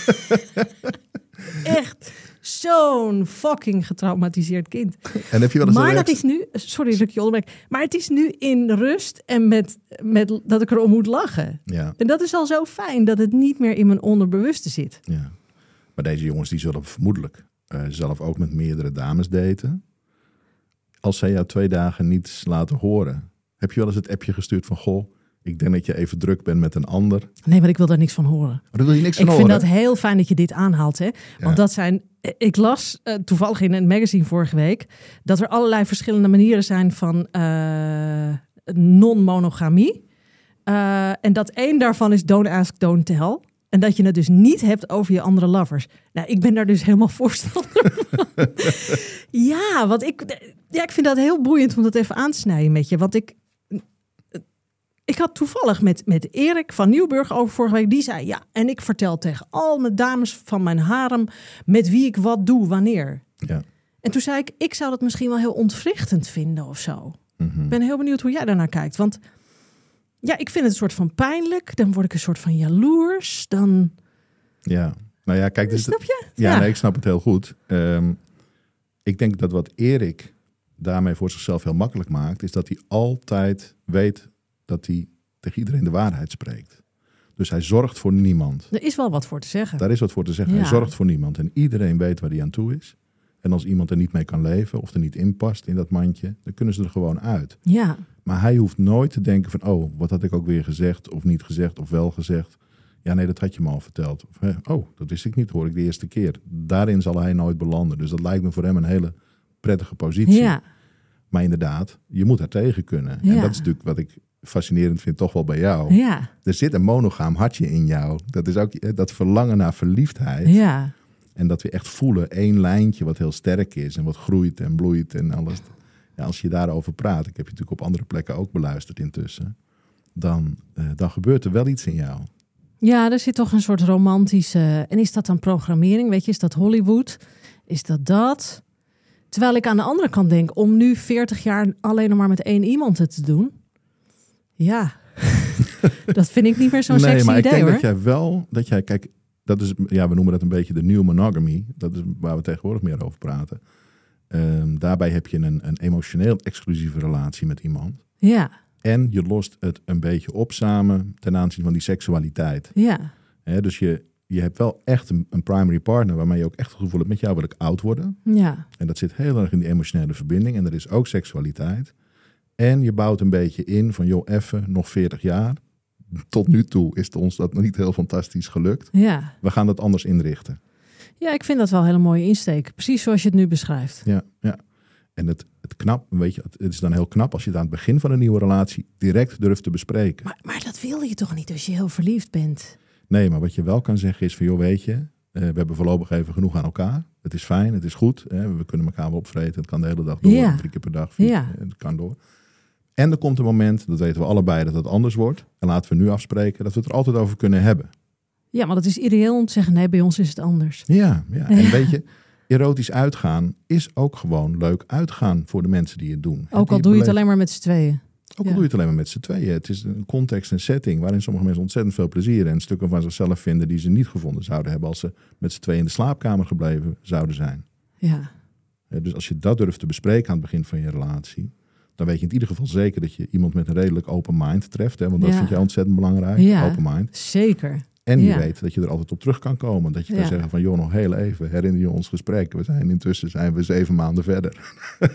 Speaker 6: Echt zo'n fucking getraumatiseerd kind.
Speaker 7: En heb je wel eens
Speaker 6: maar
Speaker 7: een
Speaker 6: dat
Speaker 7: reactie?
Speaker 6: is nu, sorry dat ik je onderbreek, maar het is nu in rust en met, met dat ik erom moet lachen.
Speaker 7: Ja,
Speaker 6: En dat is al zo fijn dat het niet meer in mijn onderbewuste zit.
Speaker 7: ja. Maar deze jongens die zullen vermoedelijk uh, zelf ook met meerdere dames daten. Als zij jou twee dagen niets laten horen, heb je wel eens het appje gestuurd van, goh, ik denk dat je even druk bent met een ander.
Speaker 6: Nee, maar ik wil daar niks van horen.
Speaker 7: Maar daar wil je niks van
Speaker 6: Ik
Speaker 7: horen.
Speaker 6: vind dat heel fijn dat je dit aanhaalt. Hè? Want
Speaker 7: Ja.
Speaker 6: dat zijn. Ik las uh, toevallig in een magazine vorige week dat er allerlei verschillende manieren zijn van uh, non-monogamie. Uh, en dat één daarvan is don't ask, don't tell. En dat je het dus niet hebt over je andere lovers. Nou, ik ben daar dus helemaal voorstander van. Ja, want ik, ja, ik vind dat heel boeiend om dat even aan te snijden met je. Want ik, ik had toevallig met, met Erik van Nieuwburg over vorige week. Die zei, ja, en ik vertel tegen al mijn dames van mijn harem met wie ik wat doe, wanneer.
Speaker 7: Ja.
Speaker 6: En toen zei ik, ik zou dat misschien wel heel ontwrichtend vinden of zo.
Speaker 7: Mm-hmm.
Speaker 6: Ik ben heel benieuwd hoe jij daarnaar kijkt. Want ja, ik vind het een soort van pijnlijk. Dan word ik een soort van jaloers. Dan...
Speaker 7: Ja, nou ja, kijk. Dus
Speaker 6: Snap je?
Speaker 7: Ja,
Speaker 6: Ja.
Speaker 7: Nee, ik snap het heel goed. Um, ik denk dat wat Erik daarmee voor zichzelf heel makkelijk maakt, is dat hij altijd weet dat hij tegen iedereen de waarheid spreekt. Dus hij zorgt voor niemand.
Speaker 6: Er is wel wat voor te zeggen.
Speaker 7: Daar is wat voor te zeggen.
Speaker 6: Ja.
Speaker 7: Hij zorgt voor niemand. En iedereen weet waar hij aan toe is. En als iemand er niet mee kan leven of er niet in past in dat mandje, dan kunnen ze er gewoon uit.
Speaker 6: Ja.
Speaker 7: Maar hij hoeft nooit te denken van, oh, wat had ik ook weer gezegd of niet gezegd of wel gezegd. Ja, nee, dat had je me al verteld. Of, hè, oh, dat wist ik niet, hoor ik de eerste keer. Daarin zal hij nooit belanden. Dus dat lijkt me voor hem een hele prettige positie.
Speaker 6: Ja.
Speaker 7: Maar inderdaad, je moet daar tegen kunnen.
Speaker 6: Ja.
Speaker 7: En dat is natuurlijk wat ik fascinerend vind toch wel bij jou.
Speaker 6: Ja.
Speaker 7: Er zit een monogaam hartje in jou. Dat is ook eh, dat verlangen naar verliefdheid.
Speaker 6: Ja.
Speaker 7: En dat we echt voelen, één lijntje wat heel sterk is en wat groeit en bloeit en alles. Ja, als je daarover praat, ik heb je natuurlijk op andere plekken ook beluisterd intussen, dan, uh, dan gebeurt er wel iets in jou.
Speaker 6: Ja, er zit toch een soort romantische... En is dat dan programmering? Weet je, is dat Hollywood? Is dat dat? Terwijl ik aan de andere kant denk, om nu veertig jaar alleen nog maar met één iemand het te doen. Ja, dat vind ik niet meer zo'n
Speaker 7: nee,
Speaker 6: sexy
Speaker 7: maar ik
Speaker 6: idee,
Speaker 7: denk
Speaker 6: hoor.
Speaker 7: dat jij wel, dat jij, kijk, dat is, ja, we noemen dat een beetje de new monogamy. Dat is waar we tegenwoordig meer over praten. Um, daarbij heb je een, een emotioneel exclusieve relatie met iemand.
Speaker 6: Ja,
Speaker 7: En je lost het een beetje op samen ten aanzien van die seksualiteit.
Speaker 6: ja,
Speaker 7: He, dus je, je hebt wel echt een, een primary partner waarmee je ook echt het gevoel hebt, met jou wil ik oud worden.
Speaker 6: ja.
Speaker 7: En dat zit heel erg in die emotionele verbinding. En er is ook seksualiteit. En je bouwt een beetje in van, joh, even, nog veertig jaar. Tot nu toe is het ons dat nog niet heel fantastisch gelukt.
Speaker 6: Ja.
Speaker 7: We gaan dat anders inrichten.
Speaker 6: Ja, ik vind dat wel een hele mooie insteek. Precies zoals je het nu beschrijft.
Speaker 7: Ja, ja. En het, het knap, weet je, het is dan heel knap als je het aan het begin van een nieuwe relatie direct durft te bespreken.
Speaker 6: Maar, maar dat wil je toch niet als je heel verliefd bent?
Speaker 7: Nee, maar wat je wel kan zeggen is van, joh, weet je, uh, we hebben voorlopig even genoeg aan elkaar. Het is fijn, het is goed. Hè? We kunnen elkaar wel opvreten. Het kan de hele dag door,
Speaker 6: Ja.
Speaker 7: drie keer per dag. Vier,
Speaker 6: Ja.
Speaker 7: Het kan door. En er komt een moment, dat weten we allebei, dat het anders wordt. En laten we nu afspreken dat we het er altijd over kunnen hebben.
Speaker 6: Ja, maar dat is ideeel om te zeggen, nee, bij ons is het anders.
Speaker 7: Ja, ja. En
Speaker 6: Ja.
Speaker 7: weet je, erotisch uitgaan is ook gewoon leuk uitgaan voor de mensen die het doen.
Speaker 6: Ook al
Speaker 7: Die
Speaker 6: doe je het
Speaker 7: beleven-
Speaker 6: alleen maar met z'n tweeën.
Speaker 7: Ook al
Speaker 6: Ja.
Speaker 7: doe je het alleen maar met z'n tweeën. Het is een context en setting waarin sommige mensen ontzettend veel plezier en stukken van zichzelf vinden die ze niet gevonden zouden hebben als ze met z'n tweeën in de slaapkamer gebleven zouden zijn.
Speaker 6: Ja.
Speaker 7: Ja, dus als je dat durft te bespreken aan het begin van je relatie, dan weet je in ieder geval zeker dat je iemand met een redelijk open mind treft. Hè, want dat
Speaker 6: Ja.
Speaker 7: vind jij ontzettend belangrijk,
Speaker 6: Ja.
Speaker 7: open mind.
Speaker 6: Zeker.
Speaker 7: En je
Speaker 6: Ja.
Speaker 7: weet dat je er altijd op terug kan komen. Dat je kan
Speaker 6: Ja.
Speaker 7: zeggen van, joh, nog heel even, herinner je ons gesprek. We zijn intussen zijn we zeven maanden verder.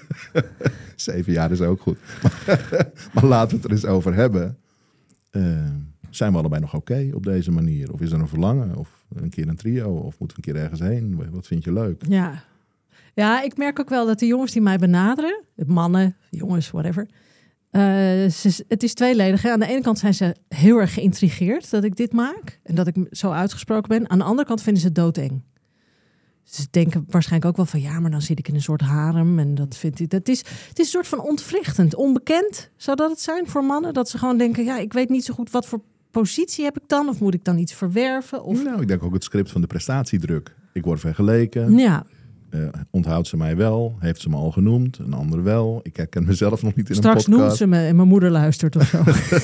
Speaker 7: Zeven jaar is ook goed. Maar laten we het er eens over hebben. Uh, zijn we allebei nog oké op deze manier? Of is er een verlangen? Of een keer een trio? Of moeten we een keer ergens heen? Wat vind je leuk?
Speaker 6: Ja. Ja, ik merk ook wel dat de jongens die mij benaderen, mannen, jongens, whatever. Uh, ze, het is tweeledig. Hè. Aan de ene kant zijn ze heel erg geïntrigeerd dat ik dit maak. En dat ik zo uitgesproken ben. Aan de andere kant vinden ze het doodeng. Ze denken waarschijnlijk ook wel van, ja, maar dan zit ik in een soort harem. En dat vind ik, dat is, het is een soort van ontwrichtend, onbekend. Zou dat het zijn voor mannen? Dat ze gewoon denken, ja, ik weet niet zo goed wat voor positie heb ik dan? Of moet ik dan iets verwerven? Of...
Speaker 7: Nou, ik denk ook het script van de prestatiedruk. Ik word vergeleken.
Speaker 6: Ja.
Speaker 7: Uh, onthoudt ze mij wel? Heeft ze me al genoemd? Een ander wel? Ik herken mezelf nog niet in
Speaker 6: Straks
Speaker 7: een podcast.
Speaker 6: Straks noemt ze me en mijn moeder luistert of zo.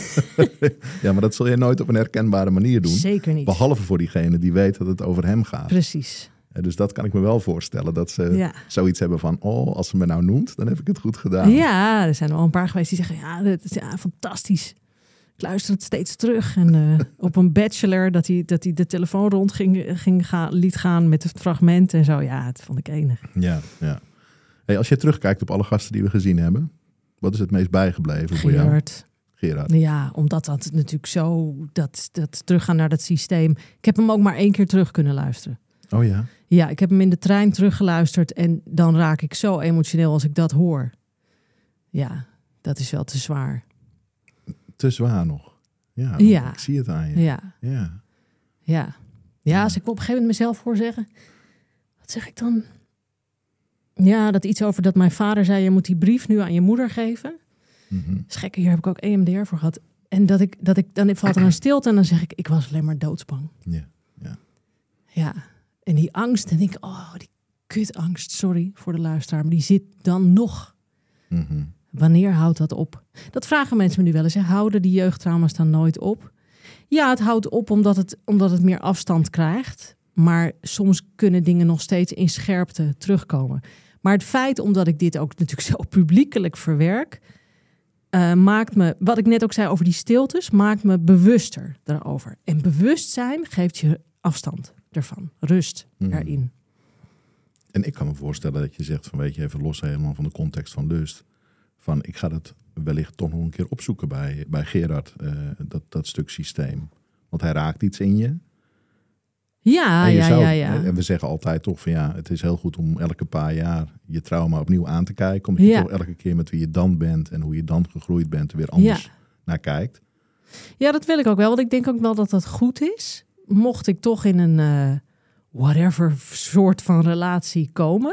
Speaker 7: Ja, maar dat zul je nooit op een herkenbare manier doen.
Speaker 6: Zeker niet.
Speaker 7: Behalve voor diegene die weet dat het over hem gaat.
Speaker 6: Precies.
Speaker 7: Uh, dus dat kan ik me wel voorstellen. Dat ze
Speaker 6: ja.
Speaker 7: zoiets hebben van... oh, als ze me nou noemt, dan heb ik het goed gedaan.
Speaker 6: Ja, er zijn er al een paar geweest die zeggen... ja, dat is ja, fantastisch. Ik luister het steeds terug. En uh, op een bachelor dat hij, dat hij de telefoon rond ging, ging gaan, liet gaan met het fragment en zo. Ja, dat vond ik enig.
Speaker 7: Ja, ja. Hey, als je terugkijkt op alle gasten die we gezien hebben, wat is het meest bijgebleven voor jou?
Speaker 6: Gerard.
Speaker 7: Gerard.
Speaker 6: Ja, omdat dat natuurlijk zo, dat, dat teruggaan naar dat systeem. Ik heb hem ook maar één keer terug kunnen luisteren.
Speaker 7: Oh ja?
Speaker 6: Ja, ik heb hem in de trein teruggeluisterd en dan raak ik zo emotioneel als ik dat hoor. Ja, dat is wel te zwaar.
Speaker 7: Te zwaar nog. Ja,
Speaker 6: ja.
Speaker 7: Ik zie het aan je.
Speaker 6: Ja.
Speaker 7: Ja.
Speaker 6: Ja. Ja, als ik op een gegeven moment mezelf hoor zeggen... Wat zeg ik dan? Ja, dat iets over dat mijn vader zei... je moet die brief nu aan je moeder geven.
Speaker 7: Mm-hmm.
Speaker 6: Dat is gek, hier heb ik ook E M D R voor gehad. En dat ik, dat ik dan valt er een stilte en dan zeg ik... ik was alleen maar doodsbang.
Speaker 7: Ja, ja.
Speaker 6: Ja, en die angst, en denk ik... oh, die kutangst, sorry voor de luisteraar... maar die zit dan nog...
Speaker 7: Mm-hmm.
Speaker 6: Wanneer houdt dat op? Dat vragen mensen me nu wel eens. Hè? Houden die jeugdtrauma's dan nooit op? Ja, het houdt op omdat het, omdat het meer afstand krijgt. Maar soms kunnen dingen nog steeds in scherpte terugkomen. Maar het feit, omdat ik dit ook natuurlijk zo publiekelijk verwerk... Uh, maakt me, wat ik net ook zei over die stiltes... maakt me bewuster daarover. En bewustzijn geeft je afstand ervan. Rust
Speaker 7: mm.
Speaker 6: erin.
Speaker 7: En ik kan me voorstellen dat je zegt... van weet je, even los helemaal van de context van lust... van ik ga dat wellicht toch nog een keer opzoeken bij, bij Gerard, uh, dat, dat stuk systeem. Want hij raakt iets in je.
Speaker 6: Ja,
Speaker 7: en je
Speaker 6: ja,
Speaker 7: zou,
Speaker 6: ja, ja.
Speaker 7: En we zeggen altijd toch van ja, het is heel goed om elke paar jaar je trauma opnieuw aan te kijken. Omdat je
Speaker 6: ja.
Speaker 7: toch elke keer met wie je dan bent en hoe je dan gegroeid bent er weer anders
Speaker 6: ja.
Speaker 7: naar kijkt.
Speaker 6: Ja, dat wil ik ook wel. Want ik denk ook wel dat dat goed is. Mocht ik toch in een... Uh, whatever soort van relatie komen.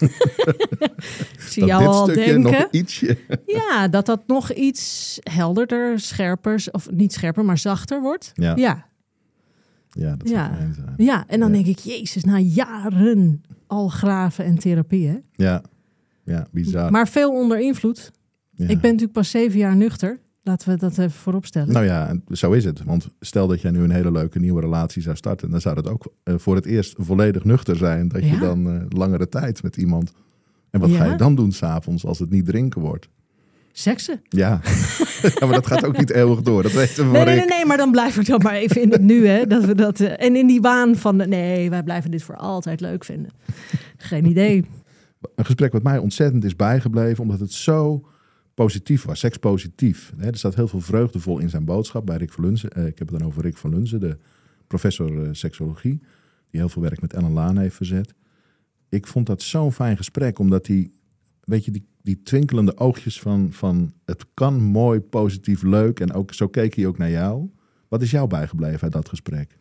Speaker 6: Ik zie
Speaker 7: dat
Speaker 6: jou
Speaker 7: dit
Speaker 6: al
Speaker 7: stukje
Speaker 6: denken.
Speaker 7: Nog ietsje.
Speaker 6: Ja, dat dat nog iets helderder, scherper, of niet scherper, maar zachter wordt.
Speaker 7: Ja,
Speaker 6: ja.
Speaker 7: ja dat
Speaker 6: ja.
Speaker 7: zou fijn zijn.
Speaker 6: Ja, en dan
Speaker 7: ja.
Speaker 6: denk ik, jezus, na jaren al graven en therapie, hè?
Speaker 7: Ja, ja, bizar.
Speaker 6: Maar veel onder invloed.
Speaker 7: Ja.
Speaker 6: Ik ben natuurlijk pas zeven jaar nuchter. Laten we dat even voorop stellen.
Speaker 7: Nou ja, zo is het. Want stel dat jij nu een hele leuke nieuwe relatie zou starten... dan zou dat ook uh, voor het eerst volledig nuchter zijn... dat
Speaker 6: ja.
Speaker 7: je dan uh, langere tijd met iemand... En wat
Speaker 6: ja.
Speaker 7: ga je dan doen 's avonds als het niet drinken wordt?
Speaker 6: Seksen.
Speaker 7: Ja. Ja, maar dat gaat ook niet eeuwig door. Dat weten we
Speaker 6: nee, nee,
Speaker 7: ik.
Speaker 6: nee, nee, maar dan blijf ik dan maar even in het nu. Hè, dat we dat, uh, en in die waan van... De, nee, wij blijven dit voor altijd leuk vinden. Geen idee.
Speaker 7: Een gesprek wat mij ontzettend is bijgebleven... omdat het zo positief was. Sekspositief. Er staat heel veel vreugdevol in zijn boodschap bij Rick van Lunzen. Uh, ik heb het dan over Rick van Lunzen, de professor uh, seksologie... die heel veel werk met Ellen Laan heeft verzet. Ik vond dat zo'n fijn gesprek, omdat hij... weet je, die, die twinkelende oogjes van, van... het kan mooi, positief, leuk... en ook zo keek hij ook naar jou. Wat is jou bijgebleven uit dat gesprek?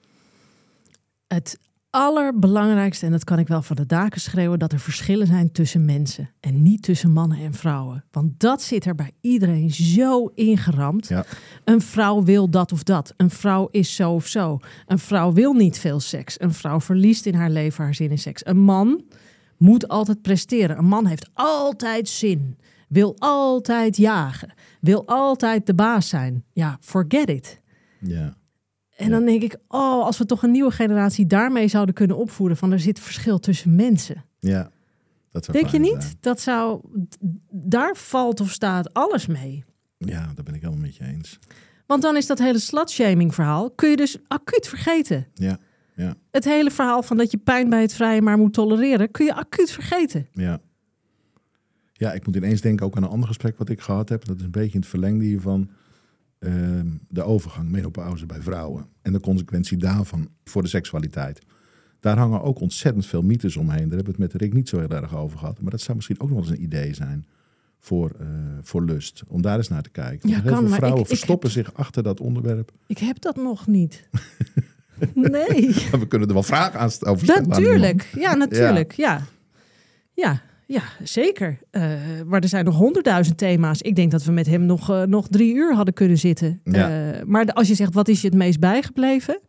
Speaker 6: Het allerbelangrijkste, en dat kan ik wel van de daken schreeuwen... dat er verschillen zijn tussen mensen en niet tussen mannen en vrouwen. Want dat zit er bij iedereen zo ingeramd.
Speaker 7: Ja.
Speaker 6: Een vrouw wil dat of dat. Een vrouw is zo of zo. Een vrouw wil niet veel seks. Een vrouw verliest in haar leven haar zin in seks. Een man moet altijd presteren. Een man heeft altijd zin. Wil altijd jagen. Wil altijd de baas zijn. Ja, forget it.
Speaker 7: Ja.
Speaker 6: En dan denk ik, oh, als we toch een nieuwe generatie daarmee zouden kunnen opvoeden... van er zit verschil tussen mensen.
Speaker 7: Ja, dat zou
Speaker 6: Denk je
Speaker 7: fijn
Speaker 6: niet?
Speaker 7: zijn.
Speaker 6: Dat zou, daar valt of staat alles mee.
Speaker 7: Ja, daar ben ik helemaal met je eens.
Speaker 6: Want dan is dat hele slutshaming verhaal... kun je dus acuut vergeten.
Speaker 7: Ja, ja,
Speaker 6: Het hele verhaal van dat je pijn bij het vrijen maar moet tolereren... kun je acuut vergeten.
Speaker 7: ja. Ja, ik moet ineens denken ook aan een ander gesprek wat ik gehad heb. Dat is een beetje in het verlengde hiervan... Uh, de overgang, menopauze bij vrouwen. En de consequentie daarvan voor de seksualiteit. Daar hangen ook ontzettend veel mythes omheen. Daar hebben we het met Rick niet zo heel erg over gehad. Maar dat zou misschien ook nog wel eens een idee zijn voor, uh, voor lust. Om daar eens naar te kijken.
Speaker 6: Ja,
Speaker 7: heel
Speaker 6: kan,
Speaker 7: veel
Speaker 6: maar
Speaker 7: vrouwen
Speaker 6: ik- ik
Speaker 7: verstoppen
Speaker 6: heb-
Speaker 7: zich achter dat onderwerp.
Speaker 6: Ik heb dat nog niet. Nee.
Speaker 7: We kunnen er wel vragen aan st- over stellen. aan
Speaker 6: Natuurlijk.
Speaker 7: iemand.
Speaker 6: Ja, natuurlijk. Ja, ja, ja zeker. Uh, maar er zijn nog honderdduizend thema's. Ik denk dat we met hem nog, uh, nog drie uur hadden kunnen zitten.
Speaker 7: Ja.
Speaker 6: Uh, maar de- als je zegt, wat is je het meest bijgebleven?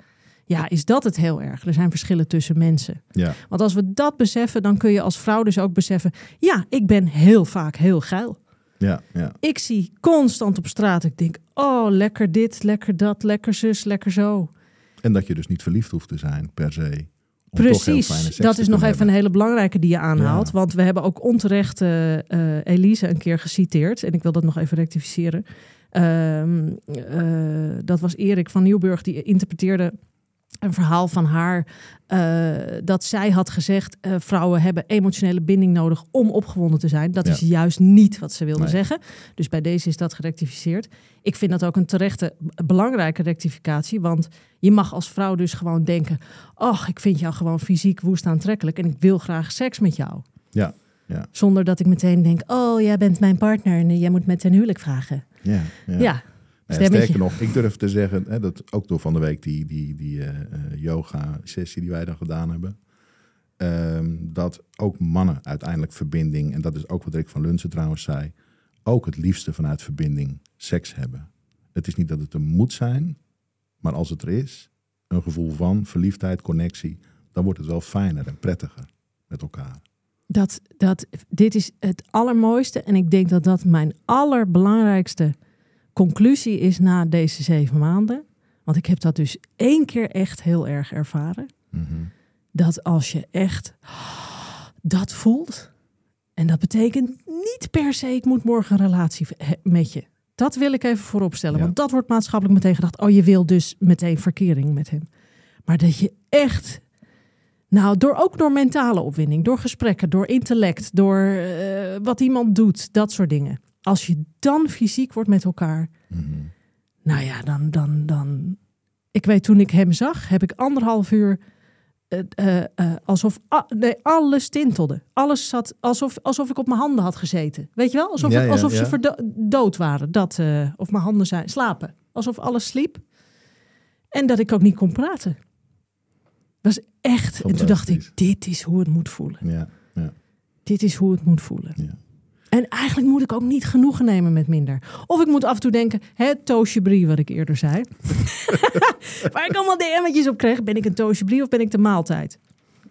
Speaker 6: Ja, is dat het heel erg. Er zijn verschillen tussen mensen.
Speaker 7: Ja.
Speaker 6: Want als we dat beseffen, dan kun je als vrouw dus ook beseffen... ja, ik ben heel vaak heel geil.
Speaker 7: Ja, ja.
Speaker 6: Ik zie constant op straat. Ik denk, oh, lekker dit, lekker dat, lekker zus, lekker zo.
Speaker 7: En dat je dus niet verliefd hoeft te zijn, per se. Om toch heel fijne
Speaker 6: Precies,
Speaker 7: seks
Speaker 6: dat
Speaker 7: te
Speaker 6: is nog
Speaker 7: kunnen
Speaker 6: even een hele belangrijke die je aanhaalt.
Speaker 7: Ja.
Speaker 6: Want we hebben ook onterecht uh, uh, Elise een keer geciteerd. En ik wil dat nog even rectificeren. Uh, uh, dat was Erik van Nieuwburg, die interpreteerde een verhaal van haar. Uh, dat zij had gezegd, uh, vrouwen hebben emotionele binding nodig om opgewonden te zijn. Dat
Speaker 7: Ja.
Speaker 6: is juist niet wat ze wilde
Speaker 7: Nee.
Speaker 6: zeggen. Dus bij deze is dat gerectificeerd. Ik vind dat ook een terechte, belangrijke rectificatie. Want je mag als vrouw dus gewoon denken... ach, ik vind jou gewoon fysiek woest aantrekkelijk... en ik wil graag seks met jou.
Speaker 7: Ja, ja.
Speaker 6: Zonder dat ik meteen denk... oh, jij bent mijn partner en jij moet met ten huwelijk vragen.
Speaker 7: Ja, ja.
Speaker 6: Ja,
Speaker 7: Nou ja,
Speaker 6: stemmetje.
Speaker 7: sterker nog, ik durf te zeggen, hè, dat ook door van de week die, die, die uh, uh, yoga-sessie die wij dan gedaan hebben, um, dat ook mannen uiteindelijk verbinding, en dat is ook wat Rick van Lunsen trouwens zei, ook het liefste vanuit verbinding seks hebben. Het is niet dat het er moet zijn, maar als het er is, een gevoel van verliefdheid, connectie, dan wordt het wel fijner en prettiger met elkaar.
Speaker 6: Dat, dat, dit is het allermooiste en ik denk dat dat mijn allerbelangrijkste conclusie is na deze zeven maanden. Want ik heb dat dus één keer echt heel erg ervaren.
Speaker 7: Mm-hmm.
Speaker 6: Dat als je echt dat voelt... en dat betekent niet per se... ik moet morgen een relatie met je. Dat wil ik even vooropstellen.
Speaker 7: Ja.
Speaker 6: Want dat wordt maatschappelijk meteen gedacht... oh, je wil dus meteen verkering met hem. Maar dat je echt... nou, door, ook door mentale opwinding, door gesprekken, door intellect... door uh, wat iemand doet, dat soort dingen. Als je dan fysiek wordt met elkaar...
Speaker 7: Mm-hmm.
Speaker 6: nou ja, dan, dan, dan... ik weet, toen ik hem zag, heb ik anderhalf uur... Uh, uh, uh, alsof uh, nee, alles tintelde. Alles zat alsof, alsof ik op mijn handen had gezeten. Weet je wel? Alsof,
Speaker 7: Ja,
Speaker 6: ik,
Speaker 7: ja,
Speaker 6: alsof
Speaker 7: ja.
Speaker 6: ze verdo- dood waren. Dat, uh, of mijn handen zijn slapen. Alsof alles sliep. En dat ik ook niet kon praten. Dat was echt... En toen dacht ik, dit is hoe het moet voelen.
Speaker 7: Ja, ja.
Speaker 6: Dit is hoe het moet voelen.
Speaker 7: Ja.
Speaker 6: En eigenlijk moet ik ook niet genoegen nemen met minder. Of ik moet af en toe denken, het toosje brie wat ik eerder zei. Waar ik allemaal D M'tjes op kreeg. Ben ik een toosje brie of ben ik de maaltijd?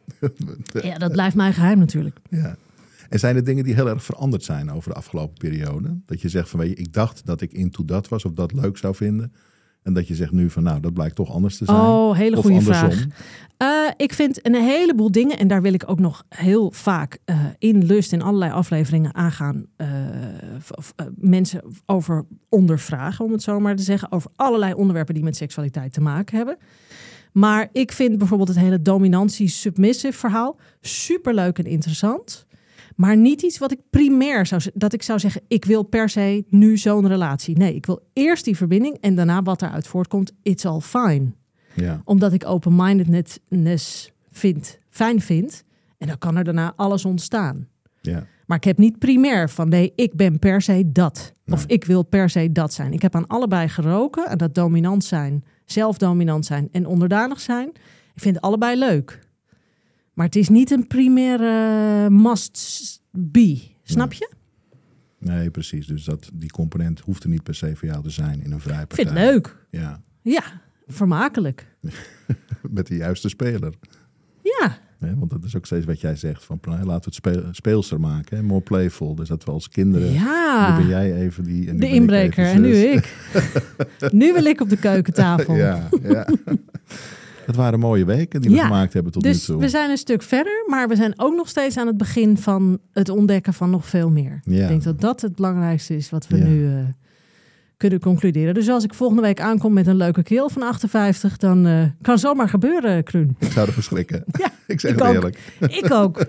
Speaker 6: Ja, dat blijft mijn geheim natuurlijk.
Speaker 7: Ja. En zijn er dingen die heel erg veranderd zijn over de afgelopen periode? Dat je zegt van, weet je, ik dacht dat ik into dat was of dat leuk zou vinden. En dat je zegt nu van, nou, dat blijkt toch anders te zijn.
Speaker 6: Oh, hele
Speaker 7: of
Speaker 6: goede
Speaker 7: andersom.
Speaker 6: vraag. Uh, ik vind een heleboel dingen, en daar wil ik ook nog heel vaak uh, in Lust in allerlei afleveringen aangaan. Uh, of, uh, mensen over ondervragen, om het zo maar te zeggen. Over allerlei onderwerpen die met seksualiteit te maken hebben. Maar ik vind bijvoorbeeld het hele dominantie-submissive verhaal superleuk en interessant. Maar niet iets wat ik primair zou zeggen. Dat ik zou zeggen, ik wil per se nu zo'n relatie. Nee, ik wil eerst die verbinding en daarna wat eruit voortkomt. It's all fine.
Speaker 7: Ja.
Speaker 6: Omdat ik open-mindedness vind, fijn vind. En dan kan er daarna alles ontstaan.
Speaker 7: Ja.
Speaker 6: Maar ik heb niet primair van nee, ik ben per se dat.
Speaker 7: Nee.
Speaker 6: Of ik wil per se dat zijn. Ik heb aan allebei geroken. En dat dominant zijn, zelfdominant zijn en onderdanig zijn. Ik vind het allebei leuk. Maar het is niet een primaire must be. Snap je?
Speaker 7: Nee, precies. Dus dat, die component hoeft er niet per se voor jou te zijn in een vrije
Speaker 6: Ik
Speaker 7: partij.
Speaker 6: vind het leuk.
Speaker 7: Ja,
Speaker 6: Ja, vermakelijk.
Speaker 7: met de juiste speler.
Speaker 6: Ja.
Speaker 7: Nee, want dat is ook steeds wat jij zegt. Van, nou, laten we het speel, speelser maken. Hè? More playful. Dus dat we als kinderen...
Speaker 6: Ja.
Speaker 7: Nu ben jij even die... En nu
Speaker 6: De
Speaker 7: ben ik
Speaker 6: inbreker.
Speaker 7: even
Speaker 6: En nu
Speaker 7: zus.
Speaker 6: ik. Nu wil ik op de keukentafel.
Speaker 7: Ja, ja. Het waren mooie weken die we
Speaker 6: Ja,
Speaker 7: gemaakt hebben tot
Speaker 6: Dus
Speaker 7: nu toe.
Speaker 6: we zijn een stuk verder, maar we zijn ook nog steeds aan het begin van het ontdekken van nog veel meer.
Speaker 7: Ja.
Speaker 6: Ik denk dat dat het belangrijkste is wat we
Speaker 7: Ja.
Speaker 6: nu uh, kunnen concluderen. Dus als ik volgende week aankom met een leuke keel van achtenvijftig, dan uh, kan zomaar gebeuren, Kruun.
Speaker 7: Ik zou ervoor schrikken.
Speaker 6: Ja,
Speaker 7: ik zeg
Speaker 6: ik
Speaker 7: het
Speaker 6: ook.
Speaker 7: eerlijk.
Speaker 6: Ik ook.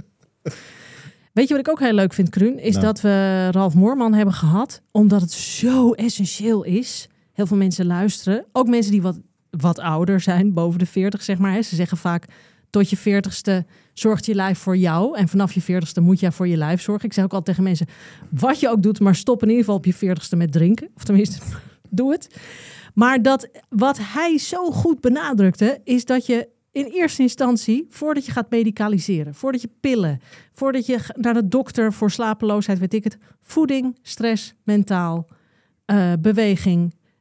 Speaker 6: Weet je wat ik ook heel leuk vind, Kruun? Is
Speaker 7: Nou.
Speaker 6: dat we Ralf Moorman hebben gehad, omdat het zo essentieel is. Heel veel mensen luisteren. Ook mensen die wat, wat ouder zijn, boven de veertig zeg maar. Hè. Ze zeggen vaak, tot je veertigste zorgt je lijf voor jou. En vanaf je veertigste moet jij voor je lijf zorgen. Ik zeg ook altijd tegen mensen, wat je ook doet, maar stop in ieder geval op je veertigste met drinken. Of tenminste, doe het. Maar dat wat hij zo goed benadrukte, is dat je in eerste instantie, voordat je gaat medicaliseren, voordat je pillen, voordat je naar de dokter voor slapeloosheid, weet ik het, voeding, stress, mentaal, uh, beweging,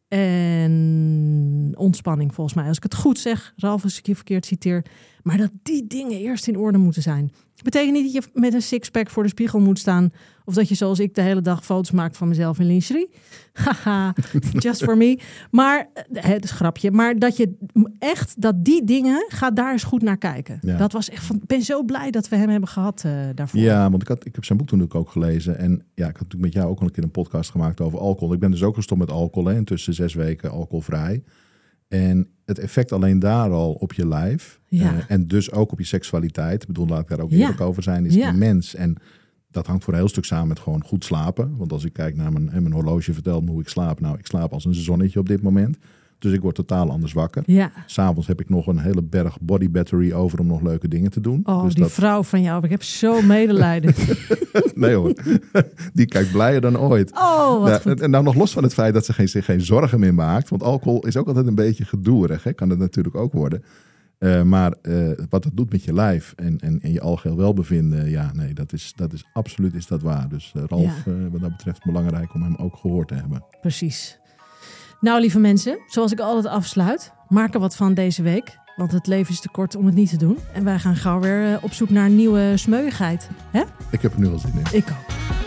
Speaker 6: En ontspanning volgens mij. Als ik het goed zeg, Ralf, als ik je verkeerd citeer. Maar dat die dingen eerst in orde moeten zijn. Het betekent niet dat je met een sixpack voor de spiegel moet staan. Of dat je zoals ik de hele dag foto's maakt van mezelf in lingerie. Haha, just for me. Maar, het is een grapje. Maar dat je echt, dat die dingen, ga daar eens goed naar kijken. Ja. Dat was echt van, ik ben zo blij dat we hem hebben gehad uh, daarvoor.
Speaker 7: Ja, want ik, had, ik heb zijn boek toen ook gelezen. En ja, ik had natuurlijk met jou ook al een keer een podcast gemaakt over alcohol. Ik ben dus ook gestopt met alcohol. Hè, intussen zes weken alcoholvrij. En het effect alleen daar al op je lijf.
Speaker 6: Ja.
Speaker 7: Uh, en dus ook op je seksualiteit. Ik bedoel, laat ik daar ook eerlijk ja. over zijn. Is
Speaker 6: ja.
Speaker 7: immens. En dat hangt voor een heel stuk samen met gewoon goed slapen. Want als ik kijk naar mijn, mijn horloge vertelt me hoe ik slaap. Nou, ik slaap als een zonnetje op dit moment. Dus ik word totaal anders wakker.
Speaker 6: Ja.
Speaker 7: 'S Avonds heb ik nog een hele berg body battery over om nog leuke dingen te doen.
Speaker 6: Oh,
Speaker 7: dus
Speaker 6: die
Speaker 7: dat...
Speaker 6: vrouw van jou. Ik heb zo medelijden.
Speaker 7: Nee hoor. Die kijkt blijer dan ooit.
Speaker 6: Oh, wat
Speaker 7: nou, en nou nog los van het feit dat ze geen, zich geen zorgen meer maakt. Want alcohol is ook altijd een beetje gedoerig. Hè? Kan het natuurlijk ook worden. Uh, maar uh, wat het doet met je lijf en, en, en je algeheel welbevinden. Ja, nee, dat is, dat is absoluut is dat waar. Dus uh, Ralf, ja. uh, wat dat betreft belangrijk om hem ook gehoord te hebben.
Speaker 6: Precies. Nou, lieve mensen, zoals ik altijd afsluit, maak er wat van deze week. Want het leven is te kort om het niet te doen. En wij gaan gauw weer op zoek naar een nieuwe smeuigheid. Hè?
Speaker 7: Ik heb er nu al zin in.
Speaker 6: Ik ook.